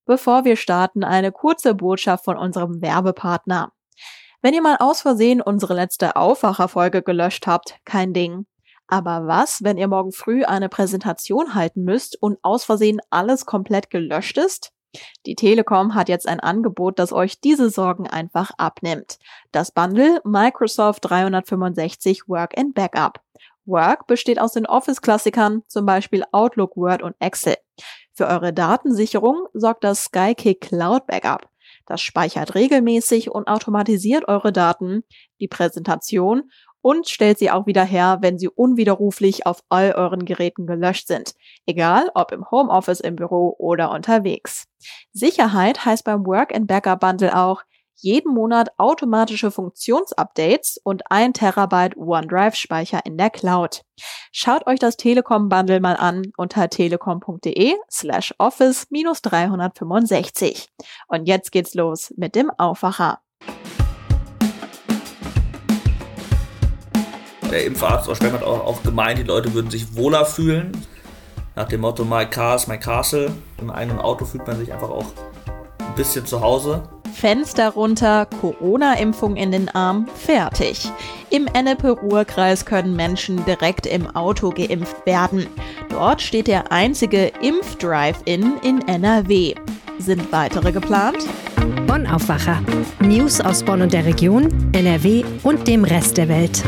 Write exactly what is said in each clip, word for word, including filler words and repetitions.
Bevor wir starten, eine kurze Botschaft von unserem Werbepartner. Wenn ihr mal aus Versehen unsere letzte Aufwacherfolge gelöscht habt, kein Ding. Aber was, wenn ihr morgen früh eine Präsentation halten müsst und aus Versehen alles komplett gelöscht ist? Die Telekom hat jetzt ein Angebot, das euch diese Sorgen einfach abnimmt. Das Bundle Microsoft dreihundertfünfundsechzig Work and Backup. Work besteht aus den Office-Klassikern, zum Beispiel Outlook, Word und Excel. Für eure Datensicherung sorgt das Skykick Cloud Backup. Das speichert regelmäßig und automatisiert eure Daten, die Präsentation und stellt sie auch wieder her, wenn sie unwiderruflich auf all euren Geräten gelöscht sind. Egal, ob im Homeoffice, im Büro oder unterwegs. Sicherheit heißt beim Work and Backup Bundle auch, jeden Monat automatische Funktionsupdates und ein Terabyte OneDrive-Speicher in der Cloud. Schaut euch das Telekom-Bundle mal an unter telekom.de slash office minus dreihundertfünfundsechzig. Und jetzt geht's los mit dem Aufwacher. Der Impfarzt aus Spem hat auch, auch gemeint, die Leute würden sich wohler fühlen. Nach dem Motto, my car is my castle. Im eigenen Auto fühlt man sich einfach auch ein bisschen zu Hause. Fenster runter, Corona-Impfung in den Arm, fertig. Im Ennepe-Ruhr-Kreis können Menschen direkt im Auto geimpft werden. Dort steht der einzige Impf-Drive-In in N R W. Sind weitere geplant? Bonn Aufwacher. News aus Bonn und der Region, N R W und dem Rest der Welt.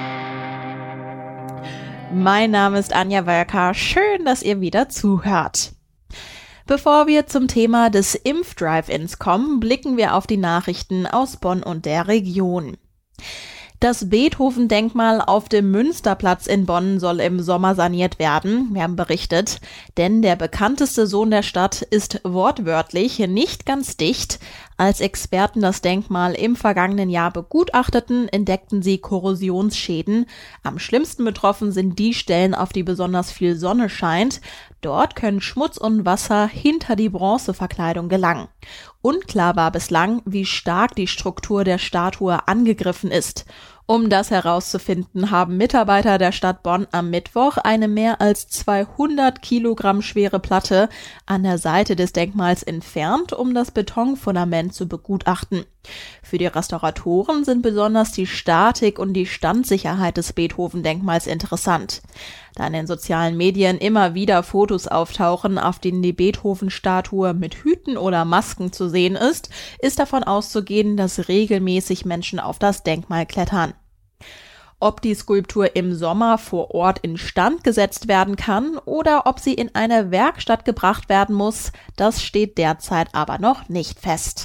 Mein Name ist Anja Wölker. Schön, dass ihr wieder zuhört. Bevor wir zum Thema des Impf-Drive-Ins kommen, blicken wir auf die Nachrichten aus Bonn und der Region. Das Beethoven-Denkmal auf dem Münsterplatz in Bonn soll im Sommer saniert werden, wir haben berichtet, denn der bekannteste Sohn der Stadt ist wortwörtlich nicht ganz dicht. Als Experten das Denkmal im vergangenen Jahr begutachteten, entdeckten sie Korrosionsschäden. Am schlimmsten betroffen sind die Stellen, auf die besonders viel Sonne scheint. Dort können Schmutz und Wasser hinter die Bronzeverkleidung gelangen. Unklar war bislang, wie stark die Struktur der Statue angegriffen ist. Um das herauszufinden, haben Mitarbeiter der Stadt Bonn am Mittwoch eine mehr als zweihundert Kilogramm schwere Platte an der Seite des Denkmals entfernt, um das Betonfundament zu begutachten. Für die Restauratoren sind besonders die Statik und die Standsicherheit des Beethoven-Denkmals interessant. Da in den sozialen Medien immer wieder Fotos auftauchen, auf denen die Beethoven-Statue mit Hüten oder Masken zu sehen ist, ist davon auszugehen, dass regelmäßig Menschen auf das Denkmal klettern. Ob die Skulptur im Sommer vor Ort instand gesetzt werden kann oder ob sie in eine Werkstatt gebracht werden muss, das steht derzeit aber noch nicht fest.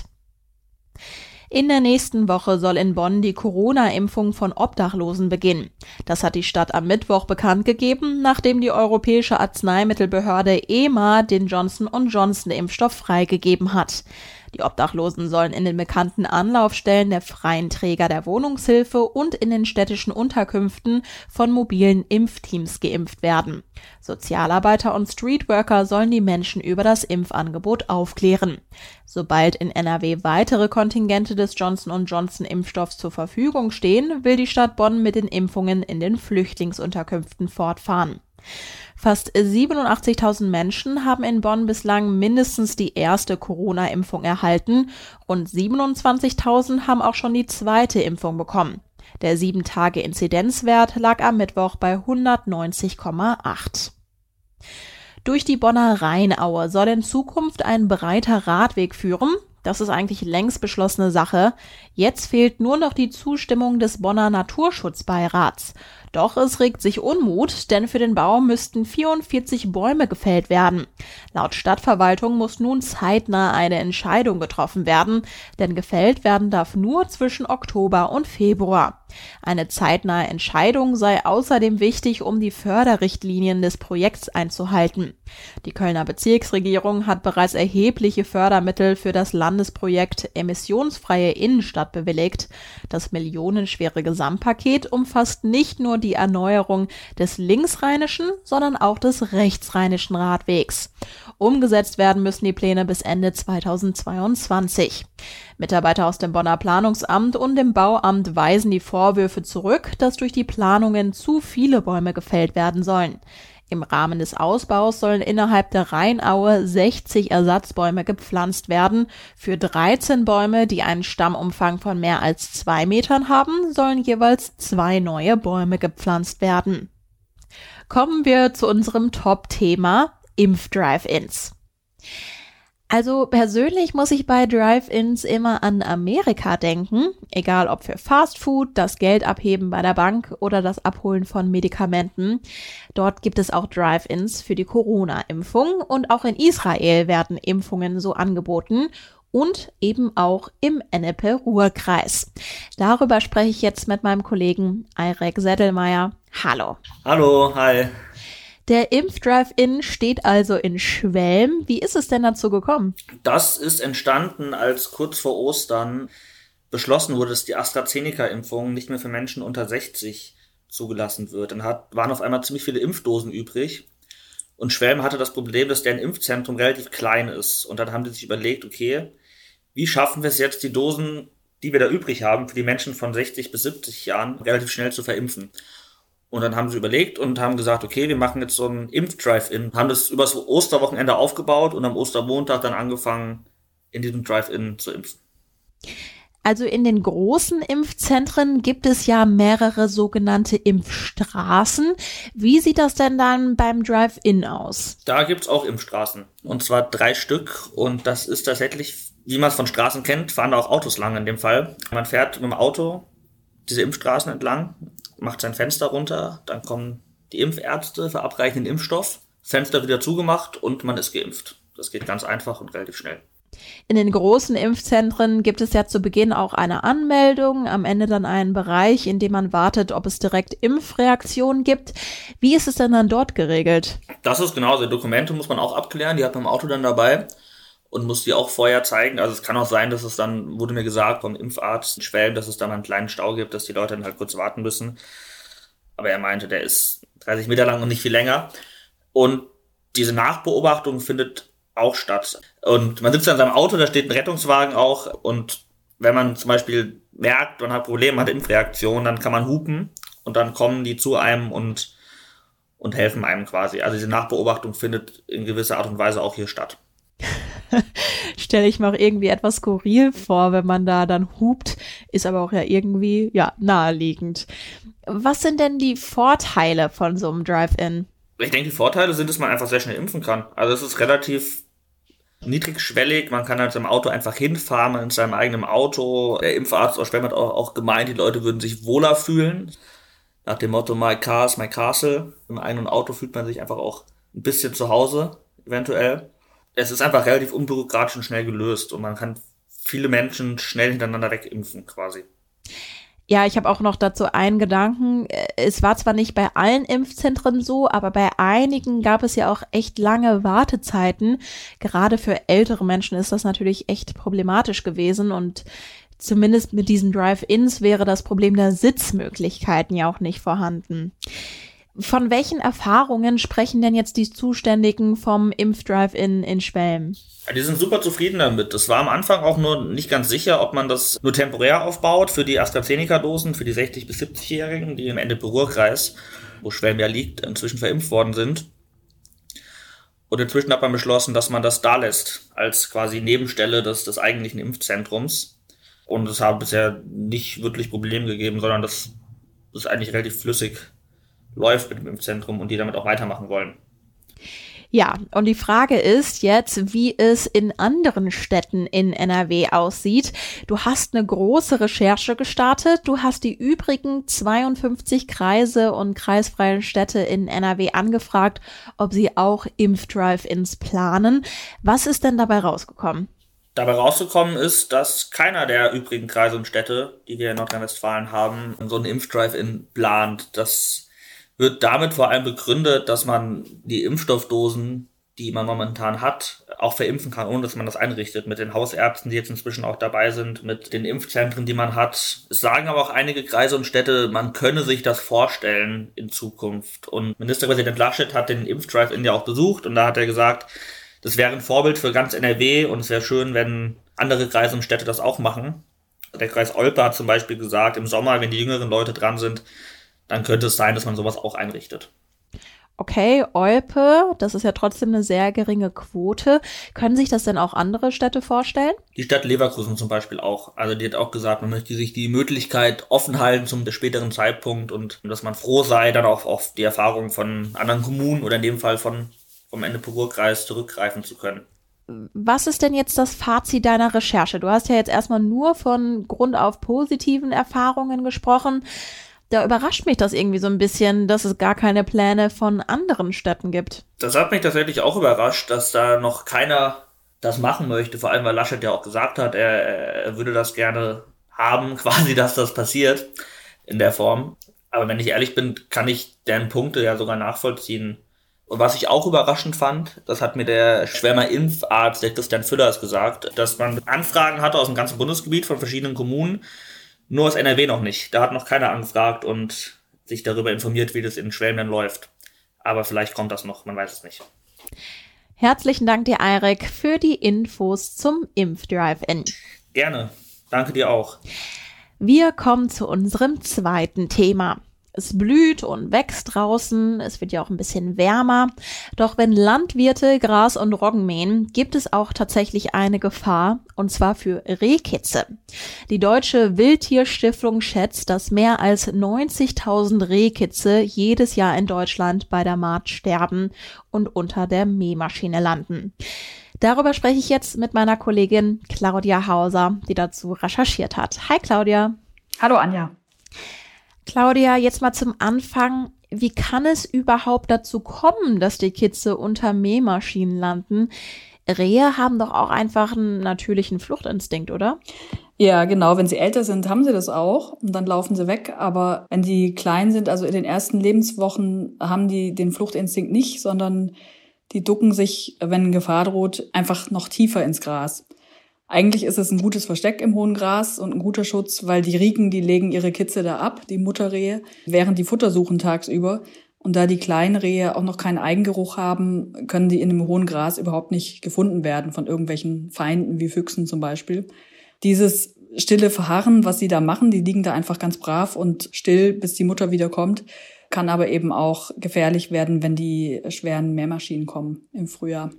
In der nächsten Woche soll in Bonn die Corona-Impfung von Obdachlosen beginnen. Das hat die Stadt am Mittwoch bekannt gegeben, nachdem die Europäische Arzneimittelbehörde E M A den Johnson und Johnson-Impfstoff freigegeben hat. Die Obdachlosen sollen in den bekannten Anlaufstellen der freien Träger der Wohnungshilfe und in den städtischen Unterkünften von mobilen Impfteams geimpft werden. Sozialarbeiter und Streetworker sollen die Menschen über das Impfangebot aufklären. Sobald in N R W weitere Kontingente des Johnson und Johnson-Impfstoffs zur Verfügung stehen, will die Stadt Bonn mit den Impfungen in den Flüchtlingsunterkünften fortfahren. Fast siebenundachtzigtausend Menschen haben in Bonn bislang mindestens die erste Corona-Impfung erhalten. Rund siebenundzwanzigtausend haben auch schon die zweite Impfung bekommen. Der sieben Tage Inzidenzwert lag am Mittwoch bei hundertneunzig Komma acht. Durch die Bonner Rheinaue soll in Zukunft ein breiter Radweg führen. Das ist eigentlich längst beschlossene Sache. Jetzt fehlt nur noch die Zustimmung des Bonner Naturschutzbeirats. Doch es regt sich Unmut, denn für den Bau müssten vierundvierzig Bäume gefällt werden. Laut Stadtverwaltung muss nun zeitnah eine Entscheidung getroffen werden, denn gefällt werden darf nur zwischen Oktober und Februar. Eine zeitnahe Entscheidung sei außerdem wichtig, um die Förderrichtlinien des Projekts einzuhalten. Die Kölner Bezirksregierung hat bereits erhebliche Fördermittel für das Landesprojekt Emissionsfreie Innenstadt bewilligt. Das millionenschwere Gesamtpaket umfasst nicht nur die Erneuerung des linksrheinischen, sondern auch des rechtsrheinischen Radwegs. Umgesetzt werden müssen die Pläne bis Ende zweitausendzweiundzwanzig. Mitarbeiter aus dem Bonner Planungsamt und dem Bauamt weisen die Vorwürfe zurück, dass durch die Planungen zu viele Bäume gefällt werden sollen. Im Rahmen des Ausbaus sollen innerhalb der Rheinaue sechzig Ersatzbäume gepflanzt werden. Für dreizehn Bäume, die einen Stammumfang von mehr als zwei Metern haben, sollen jeweils zwei neue Bäume gepflanzt werden. Kommen wir zu unserem Top-Thema Impf-Drive-Ins. Also persönlich muss ich bei Drive-Ins immer an Amerika denken, egal ob für Fast Food, das Geld abheben bei der Bank oder das Abholen von Medikamenten. Dort gibt es auch Drive-Ins für die Corona-Impfung und auch in Israel werden Impfungen so angeboten und eben auch im Ennepe-Ruhr-Kreis. Darüber spreche ich jetzt mit meinem Kollegen Eirek Seddelmeier. Hallo. Hallo, hi. Der Impf-Drive-In steht also in Schwelm. Wie ist es denn dazu gekommen? Das ist entstanden, als kurz vor Ostern beschlossen wurde, dass die AstraZeneca-Impfung nicht mehr für Menschen unter sechzig zugelassen wird. Dann hat, waren auf einmal ziemlich viele Impfdosen übrig. Und Schwelm hatte das Problem, dass deren Impfzentrum relativ klein ist. Und dann haben die sich überlegt, okay, wie schaffen wir es jetzt, die Dosen, die wir da übrig haben, für die Menschen von sechzig bis siebzig Jahren relativ schnell zu verimpfen? Und dann haben sie überlegt und haben gesagt, okay, wir machen jetzt so einen Impf-Drive-In. Haben das übers Osterwochenende aufgebaut und am Ostermontag dann angefangen, in diesem Drive-In zu impfen. Also in den großen Impfzentren gibt es ja mehrere sogenannte Impfstraßen. Wie sieht das denn dann beim Drive-In aus? Da gibt's auch Impfstraßen. Und zwar drei Stück. Und das ist tatsächlich, wie man es von Straßen kennt, fahren da auch Autos lang in dem Fall. Man fährt mit dem Auto diese Impfstraßen entlang, macht sein Fenster runter, dann kommen die Impfärzte, verabreichen den Impfstoff, Fenster wieder zugemacht und man ist geimpft. Das geht ganz einfach und relativ schnell. In den großen Impfzentren gibt es ja zu Beginn auch eine Anmeldung, am Ende dann einen Bereich, in dem man wartet, ob es direkt Impfreaktionen gibt. Wie ist es denn dann dort geregelt? Das ist genauso. Die Dokumente muss man auch abklären, die hat man im Auto dann dabei und muss die auch vorher zeigen. Also es kann auch sein, dass es dann, wurde mir gesagt vom Impfarzt in Schwelm, dass es dann einen kleinen Stau gibt, dass die Leute dann halt kurz warten müssen. Aber er meinte, der ist dreißig Meter lang und nicht viel länger. Und diese Nachbeobachtung findet auch statt. Und man sitzt dann in seinem Auto, da steht ein Rettungswagen auch. Und wenn man zum Beispiel merkt, man hat Probleme, man hat Impfreaktionen, dann kann man hupen und dann kommen die zu einem und, und helfen einem quasi. Also diese Nachbeobachtung findet in gewisser Art und Weise auch hier statt. Stelle ich mir auch irgendwie etwas skurril vor, wenn man da dann hupt, ist aber auch ja irgendwie, ja, naheliegend. Was sind denn die Vorteile von so einem Drive-In? Ich denke, die Vorteile sind, dass man einfach sehr schnell impfen kann. Also es ist relativ niedrigschwellig, man kann halt im Auto einfach hinfahren, man ist in seinem eigenen Auto. Der Impfarzt aus Schwelm hat auch, auch gemeint, die Leute würden sich wohler fühlen. Nach dem Motto, my car is my castle. Im eigenen Auto fühlt man sich einfach auch ein bisschen zu Hause, eventuell. Es ist einfach relativ unbürokratisch und schnell gelöst und man kann viele Menschen schnell hintereinander wegimpfen quasi. Ja, ich habe auch noch dazu einen Gedanken. Es war zwar nicht bei allen Impfzentren so, aber bei einigen gab es ja auch echt lange Wartezeiten. Gerade für ältere Menschen ist das natürlich echt problematisch gewesen und zumindest mit diesen Drive-Ins wäre das Problem der Sitzmöglichkeiten ja auch nicht vorhanden. Von welchen Erfahrungen sprechen denn jetzt die Zuständigen vom Impf-Drive-In in Schwelm? Ja, die sind super zufrieden damit. Das war am Anfang auch nur nicht ganz sicher, ob man das nur temporär aufbaut für die AstraZeneca-Dosen, für die sechzig- bis siebzigjährigen, die im Ennepe-Ruhr-Kreis, wo Schwelm ja liegt, inzwischen verimpft worden sind. Und inzwischen hat man beschlossen, dass man das da lässt, als quasi Nebenstelle des, des eigentlichen Impfzentrums. Und es hat bisher nicht wirklich Probleme gegeben, sondern das ist eigentlich relativ flüssig läuft mit dem Impfzentrum und die damit auch weitermachen wollen. Ja, und die Frage ist jetzt, wie es in anderen Städten in N R W aussieht. Du hast eine große Recherche gestartet. Du hast die übrigen zweiundfünfzig Kreise und kreisfreien Städte in N R W angefragt, ob sie auch Impf-Drive-Ins planen. Was ist denn dabei rausgekommen? Dabei rausgekommen ist, dass keiner der übrigen Kreise und Städte, die wir in Nordrhein-Westfalen haben, so einen Impf-Drive-In plant. Das wird damit vor allem begründet, dass man die Impfstoffdosen, die man momentan hat, auch verimpfen kann, ohne dass man das einrichtet. Mit den Hausärzten, die jetzt inzwischen auch dabei sind, mit den Impfzentren, die man hat. Es sagen aber auch einige Kreise und Städte, man könne sich das vorstellen in Zukunft. Und Ministerpräsident Laschet hat den Impf-Drive-In ja auch besucht und da hat er gesagt, das wäre ein Vorbild für ganz N R W und es wäre schön, wenn andere Kreise und Städte das auch machen. Der Kreis Olpe hat zum Beispiel gesagt, im Sommer, wenn die jüngeren Leute dran sind, dann könnte es sein, dass man sowas auch einrichtet. Okay, Olpe, das ist ja trotzdem eine sehr geringe Quote. Können sich das denn auch andere Städte vorstellen? Die Stadt Leverkusen zum Beispiel auch. Also die hat auch gesagt, man möchte sich die Möglichkeit offen halten zum späteren Zeitpunkt und dass man froh sei, dann auch auf die Erfahrung von anderen Kommunen oder in dem Fall von vom Ennepe-Ruhr-Kreis zurückgreifen zu können. Was ist denn jetzt das Fazit deiner Recherche? Du hast ja jetzt erstmal nur von Grund auf positiven Erfahrungen gesprochen. Da überrascht mich das irgendwie so ein bisschen, dass es gar keine Pläne von anderen Städten gibt. Das hat mich tatsächlich auch überrascht, dass da noch keiner das machen möchte. Vor allem, weil Laschet ja auch gesagt hat, er, er würde das gerne haben, quasi, dass das passiert in der Form. Aber wenn ich ehrlich bin, kann ich deren Punkte ja sogar nachvollziehen. Und was ich auch überraschend fand, das hat mir der Schwärmer Impfarzt, der Christian Füllers, gesagt, dass man Anfragen hatte aus dem ganzen Bundesgebiet von verschiedenen Kommunen, nur aus N R W noch nicht. Da hat noch keiner angefragt und sich darüber informiert, wie das in Schwelm dann läuft. Aber vielleicht kommt das noch, man weiß es nicht. Herzlichen Dank dir, Eirik, für die Infos zum Impfdrive-In. Gerne. Danke dir auch. Wir kommen zu unserem zweiten Thema. Es blüht und wächst draußen, es wird ja auch ein bisschen wärmer. Doch wenn Landwirte Gras und Roggen mähen, gibt es auch tatsächlich eine Gefahr, und zwar für Rehkitze. Die Deutsche Wildtierstiftung schätzt, dass mehr als neunzigtausend Rehkitze jedes Jahr in Deutschland bei der Mahd sterben und unter der Mähmaschine landen. Darüber spreche ich jetzt mit meiner Kollegin Claudia Hauser, die dazu recherchiert hat. Hi Claudia. Hallo Anja. Claudia, jetzt mal zum Anfang. Wie kann es überhaupt dazu kommen, dass die Kitze unter Mähmaschinen landen? Rehe haben doch auch einfach einen natürlichen Fluchtinstinkt, oder? Ja, genau. Wenn sie älter sind, haben sie das auch und dann laufen sie weg. Aber wenn die klein sind, also in den ersten Lebenswochen, haben die den Fluchtinstinkt nicht, sondern die ducken sich, wenn Gefahr droht, einfach noch tiefer ins Gras. Eigentlich ist es ein gutes Versteck im hohen Gras und ein guter Schutz, weil die Rieken, die legen ihre Kitze da ab, die Mutterrehe, während die Futter suchen tagsüber. Und da die kleinen Rehe auch noch keinen Eigengeruch haben, können die in dem hohen Gras überhaupt nicht gefunden werden von irgendwelchen Feinden wie Füchsen zum Beispiel. Dieses stille Verharren, was sie da machen, die liegen da einfach ganz brav und still, bis die Mutter wieder kommt, kann aber eben auch gefährlich werden, wenn die schweren Mähmaschinen kommen im Frühjahr.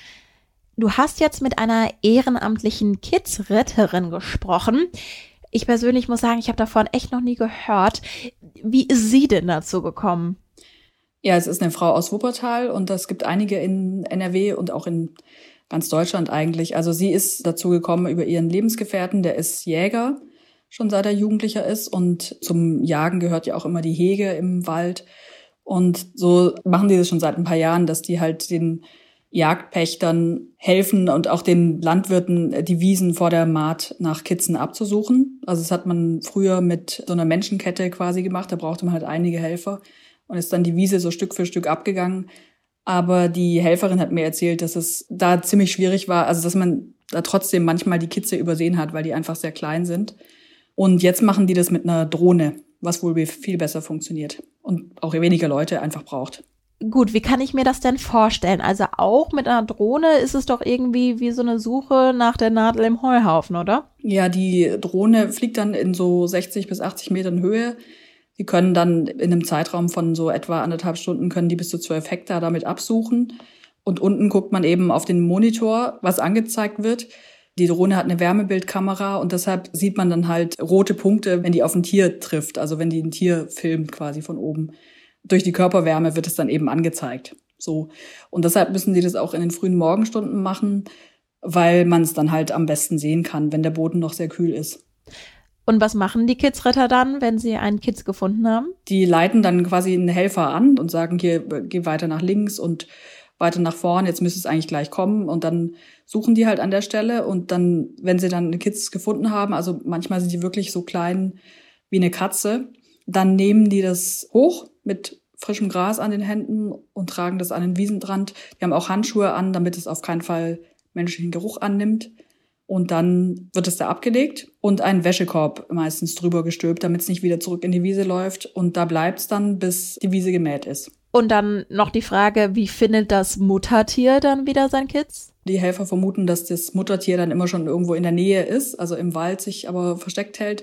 Du hast jetzt mit einer ehrenamtlichen Kidsretterin gesprochen. Ich persönlich muss sagen, ich habe davon echt noch nie gehört. Wie ist sie denn dazu gekommen? Ja, es ist eine Frau aus Wuppertal und es gibt einige in N R W und auch in ganz Deutschland eigentlich. Also sie ist dazu gekommen über ihren Lebensgefährten, der ist Jäger, schon seit er Jugendlicher ist. Und zum Jagen gehört ja auch immer die Hege im Wald. Und so machen die das schon seit ein paar Jahren, dass die halt den Jagdpächtern helfen und auch den Landwirten die Wiesen vor der Mahd nach Kitzen abzusuchen. Also das hat man früher mit so einer Menschenkette quasi gemacht, da brauchte man halt einige Helfer und ist dann die Wiese so Stück für Stück abgegangen. Aber die Helferin hat mir erzählt, dass es da ziemlich schwierig war, also dass man da trotzdem manchmal die Kitze übersehen hat, weil die einfach sehr klein sind. Und jetzt machen die das mit einer Drohne, was wohl viel besser funktioniert und auch weniger Leute einfach braucht. Gut, wie kann ich mir das denn vorstellen? Also auch mit einer Drohne ist es doch irgendwie wie so eine Suche nach der Nadel im Heuhaufen, oder? Ja, die Drohne fliegt dann in so sechzig bis achtzig Metern Höhe. Die können dann in einem Zeitraum von so etwa anderthalb Stunden können die bis zu zwölf Hektar damit absuchen. Und unten guckt man eben auf den Monitor, was angezeigt wird. Die Drohne hat eine Wärmebildkamera und deshalb sieht man dann halt rote Punkte, wenn die auf ein Tier trifft. Also wenn die ein Tier filmt quasi von oben. Durch die Körperwärme wird es dann eben angezeigt. So. Und deshalb müssen die das auch in den frühen Morgenstunden machen, weil man es dann halt am besten sehen kann, wenn der Boden noch sehr kühl ist. Und was machen die Kidsretter dann, wenn sie einen Kitz gefunden haben? Die leiten dann quasi einen Helfer an und sagen, hier, geh weiter nach links und weiter nach vorn, jetzt müsste es eigentlich gleich kommen. Und dann suchen die halt an der Stelle und dann, wenn sie dann eine Kitz gefunden haben, also manchmal sind die wirklich so klein wie eine Katze, dann nehmen die das hoch mit frischem Gras an den Händen und tragen das an den Wiesenrand. Die haben auch Handschuhe an, damit es auf keinen Fall menschlichen Geruch annimmt. Und dann wird es da abgelegt und ein Wäschekorb meistens drüber gestülpt, damit es nicht wieder zurück in die Wiese läuft. Und da bleibt es dann, bis die Wiese gemäht ist. Und dann noch die Frage, wie findet das Muttertier dann wieder sein Kitz? Die Helfer vermuten, dass das Muttertier dann immer schon irgendwo in der Nähe ist, also im Wald sich aber versteckt hält.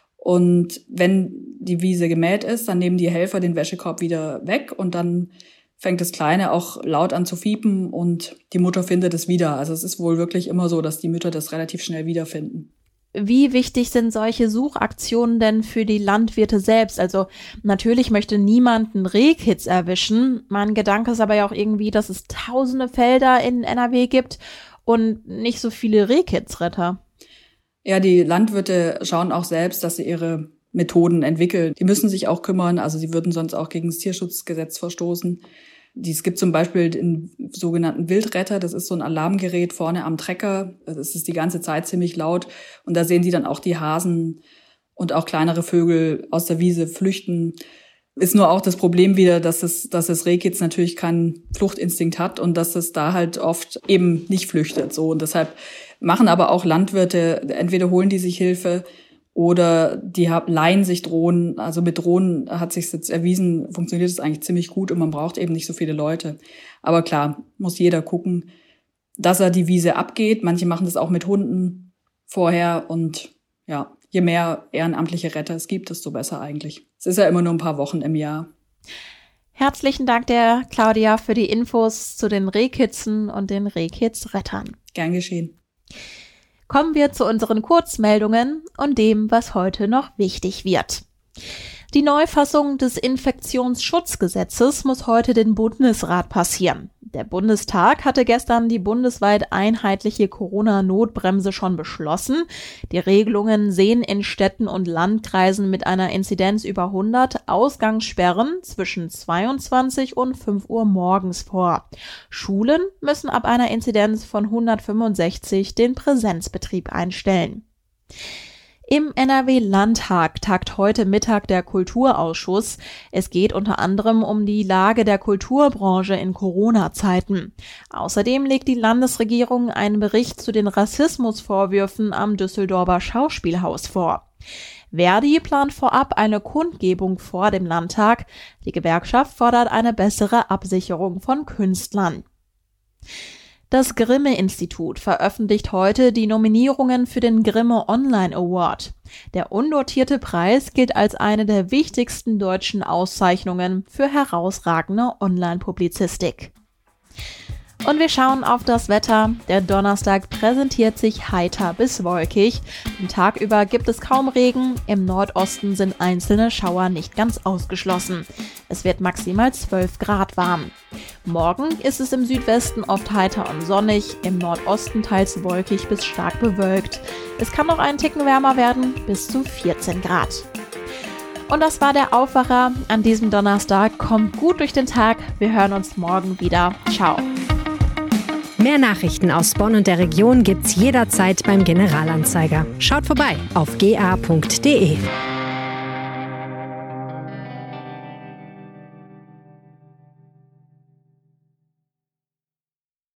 Und wenn die Wiese gemäht ist, dann nehmen die Helfer den Wäschekorb wieder weg und dann fängt das Kleine auch laut an zu fiepen und die Mutter findet es wieder. Also es ist wohl wirklich immer so, dass die Mütter das relativ schnell wiederfinden. Wie wichtig sind solche Suchaktionen denn für die Landwirte selbst? Also natürlich möchte niemand einen Rehkitz erwischen. Mein Gedanke ist aber ja auch irgendwie, dass es tausende Felder in N R W gibt und nicht so viele Rehkitzretter. Ja, die Landwirte schauen auch selbst, dass sie ihre Methoden entwickeln. Die müssen sich auch kümmern, also sie würden sonst auch gegen das Tierschutzgesetz verstoßen. Es gibt zum Beispiel den sogenannten Wildretter, das ist so ein Alarmgerät vorne am Trecker. Das ist die ganze Zeit ziemlich laut und da sehen sie dann auch die Hasen und auch kleinere Vögel aus der Wiese flüchten. Ist nur auch das Problem wieder, dass es, dass das Rehkitz natürlich keinen Fluchtinstinkt hat und dass es da halt oft eben nicht flüchtet. So und deshalb machen aber auch Landwirte, entweder holen die sich Hilfe oder die leihen sich Drohnen. Also mit Drohnen hat sich jetzt erwiesen, funktioniert es eigentlich ziemlich gut und man braucht eben nicht so viele Leute. Aber klar, muss jeder gucken, dass er die Wiese abgeht. Manche machen das auch mit Hunden vorher und ja, je mehr ehrenamtliche Retter es gibt, desto besser eigentlich. Es ist ja immer nur ein paar Wochen im Jahr. Herzlichen Dank der Claudia für die Infos zu den Rehkitzen und den Rehkitzrettern. Gern geschehen. Kommen wir zu unseren Kurzmeldungen und dem, was heute noch wichtig wird. Die Neufassung des Infektionsschutzgesetzes muss heute den Bundesrat passieren. Der Bundestag hatte gestern die bundesweit einheitliche Corona-Notbremse schon beschlossen. Die Regelungen sehen in Städten und Landkreisen mit einer Inzidenz über hundert Ausgangssperren zwischen zweiundzwanzig und fünf Uhr morgens vor. Schulen müssen ab einer Inzidenz von hundertfünfundsechzig den Präsenzbetrieb einstellen. Im N R W-Landtag tagt heute Mittag der Kulturausschuss. Es geht unter anderem um die Lage der Kulturbranche in Corona-Zeiten. Außerdem legt die Landesregierung einen Bericht zu den Rassismusvorwürfen am Düsseldorfer Schauspielhaus vor. Verdi plant vorab eine Kundgebung vor dem Landtag. Die Gewerkschaft fordert eine bessere Absicherung von Künstlern. Das Grimme-Institut veröffentlicht heute die Nominierungen für den Grimme Online Award. Der undotierte Preis gilt als eine der wichtigsten deutschen Auszeichnungen für herausragende Online-Publizistik. Und wir schauen auf das Wetter. Der Donnerstag präsentiert sich heiter bis wolkig. Den Tag über gibt es kaum Regen. Im Nordosten sind einzelne Schauer nicht ganz ausgeschlossen. Es wird maximal zwölf Grad warm. Morgen ist es im Südwesten oft heiter und sonnig, im Nordosten teils wolkig bis stark bewölkt. Es kann noch einen Ticken wärmer werden, bis zu vierzehn Grad. Und das war der Aufwacher an diesem Donnerstag. Kommt gut durch den Tag. Wir hören uns morgen wieder. Ciao. Mehr Nachrichten aus Bonn und der Region gibt's jederzeit beim Generalanzeiger. Schaut vorbei auf g a punkt d e.